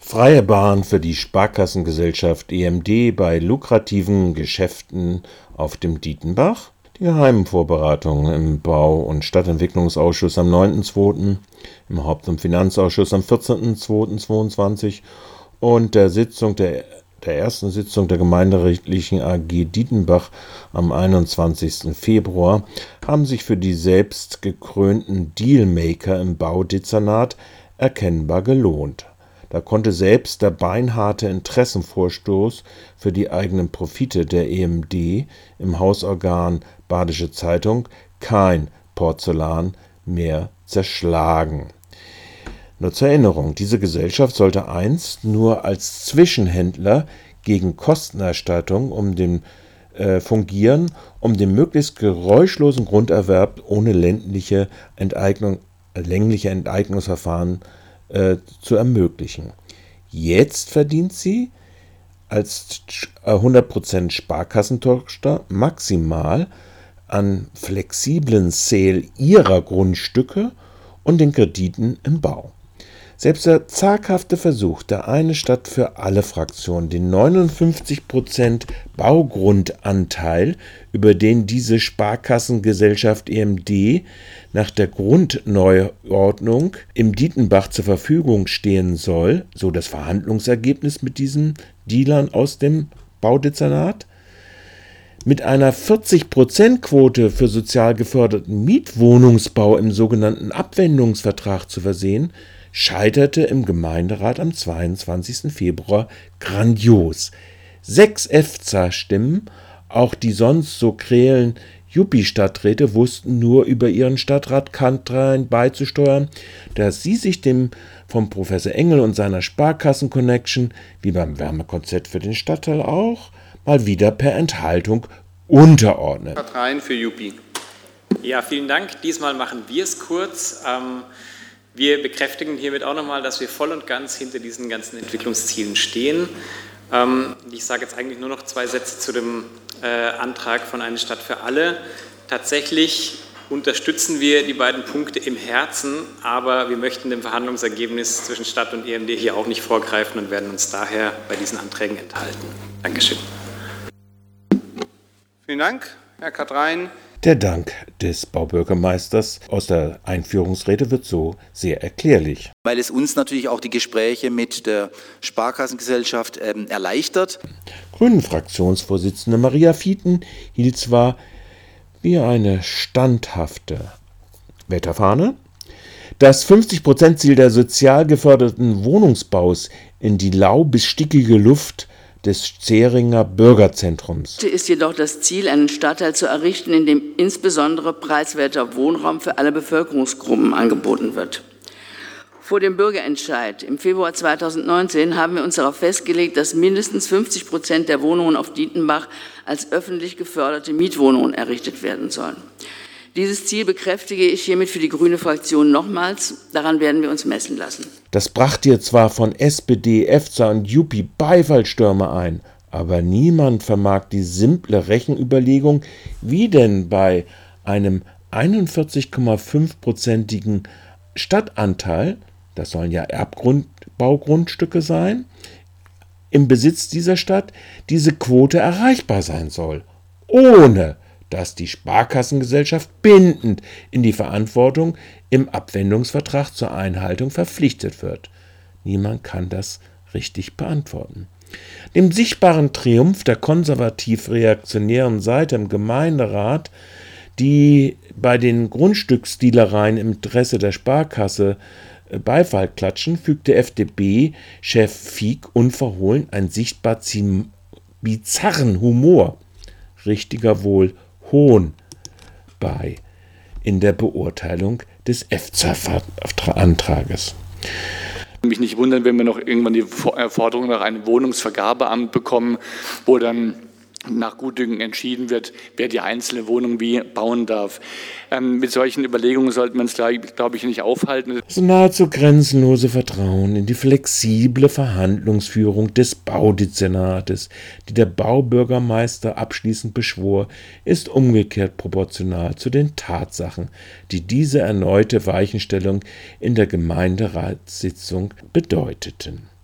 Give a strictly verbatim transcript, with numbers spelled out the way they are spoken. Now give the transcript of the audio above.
Freie Bahn für die Sparkassengesellschaft E M D bei lukrativen Geschäften auf dem Dietenbach. Die geheimen Vorbereitungen im Bau- und Stadtentwicklungsausschuss am neunten zweiten, im Haupt- und Finanzausschuss am vierzehnten zweiten zweiundzwanzig und der Sitzung der, der ersten Sitzung der gemeinderechtlichen A G Dietenbach am einundzwanzigsten Februar haben sich für die selbst gekrönten Dealmaker im Baudezernat erkennbar gelohnt. Da konnte selbst der beinharte Interessenvorstoß für die eigenen Profite der E M D im Hausorgan Badische Zeitung kein Porzellan mehr zerschlagen. Nur zur Erinnerung, diese Gesellschaft sollte einst nur als Zwischenhändler gegen Kostenerstattung um den, äh, fungieren, um den möglichst geräuschlosen Grunderwerb ohne ländliche Enteignung, äh, längliche Enteignungsverfahren Äh, zu ermöglichen. Jetzt verdient sie als hundert Prozent Sparkassentochter maximal an flexiblen Sale ihrer Grundstücke und den Krediten im Bau. Selbst der zaghafte Versuch der Eine Stadt für alle Fraktion, den neunundfünfzig Prozent Baugrundanteil, über den diese Sparkassengesellschaft E M D nach der Grundneuordnung im Dietenbach zur Verfügung stehen soll, so das Verhandlungsergebnis mit diesen Dealern aus dem Baudezernat, mit einer vierzig Prozent Quote für sozial geförderten Mietwohnungsbau im sogenannten Abwendungsvertrag zu versehen, scheiterte im Gemeinderat am zweiundzwanzigsten Februar grandios. Sechs E F Z A-Stimmen, auch die sonst so krälen Juppie-Stadträte wussten nur über ihren Stadtrat Kantrein beizusteuern, dass sie sich dem vom Professor Engel und seiner Sparkassen-Connection, wie beim Wärmekonzept für den Stadtteil auch, mal wieder per Enthaltung unterordnen. Kantrein für Juppie. Ja, vielen Dank. Diesmal machen wir es kurz. Ähm, wir bekräftigen hiermit auch nochmal, dass wir voll und ganz hinter diesen ganzen Entwicklungszielen stehen. Ähm, ich sage jetzt eigentlich nur noch zwei Sätze zu dem äh, Antrag von Eine Stadt für alle. Tatsächlich unterstützen wir die beiden Punkte im Herzen, aber wir möchten dem Verhandlungsergebnis zwischen Stadt und E M D hier auch nicht vorgreifen und werden uns daher bei diesen Anträgen enthalten. Dankeschön. Vielen Dank, Herr Kantrein. Der Dank des Baubürgermeisters aus der Einführungsrede wird so sehr erklärlich. Weil es uns natürlich auch die Gespräche mit der Sparkassengesellschaft ähm, erleichtert. Grünen-Fraktionsvorsitzende Maria Fieten hielt zwar wie eine standhafte Wetterfahne das fünfzig Prozent Ziel der sozial geförderten Wohnungsbaus in die lau bis stickige Luft des Zähringer Bürgerzentrums. Ist jedoch das Ziel, einen Stadtteil zu errichten, in dem insbesondere preiswerter Wohnraum für alle Bevölkerungsgruppen angeboten wird. Vor dem Bürgerentscheid im Februar zweitausendneunzehn haben wir uns darauf festgelegt, dass mindestens fünfzig Prozent der Wohnungen auf Dietenbach als öffentlich geförderte Mietwohnungen errichtet werden sollen. Dieses Ziel bekräftige ich hiermit für die grüne Fraktion nochmals. Daran werden wir uns messen lassen. Das brachte ihr zwar von S P D, E F Z A und Juppie Beifallstürme ein, aber niemand vermag die simple Rechenüberlegung, wie denn bei einem einundvierzig Komma fünf prozentigen Stadtanteil, das sollen ja Erbbaugrundstücke sein, im Besitz dieser Stadt diese Quote erreichbar sein soll, ohne dass die Sparkassengesellschaft bindend in die Verantwortung im Abwendungsvertrag zur Einhaltung verpflichtet wird. Niemand kann das richtig beantworten. Dem sichtbaren Triumph der konservativ-reaktionären Seite im Gemeinderat, die bei den Grundstücksdealereien im Interesse der Sparkasse Beifall klatschen, fügte F D B-Chef Fieck unverhohlen einen sichtbar bizarren Humor, richtiger wohl Hohn, bei in der Beurteilung des E F Z A-Antrages. Mich nicht wundern, wenn wir noch irgendwann die Forderung nach einem Wohnungsvergabeamt bekommen, wo dann nach Gutdünken entschieden wird, wer die einzelne Wohnung wie bauen darf. Ähm, mit solchen Überlegungen sollten wir uns, glaube ich, nicht aufhalten. Das nahezu grenzenlose Vertrauen in die flexible Verhandlungsführung des Baudezernates, die der Baubürgermeister abschließend beschwor, ist umgekehrt proportional zu den Tatsachen, die diese erneute Weichenstellung in der Gemeinderatssitzung bedeuteten.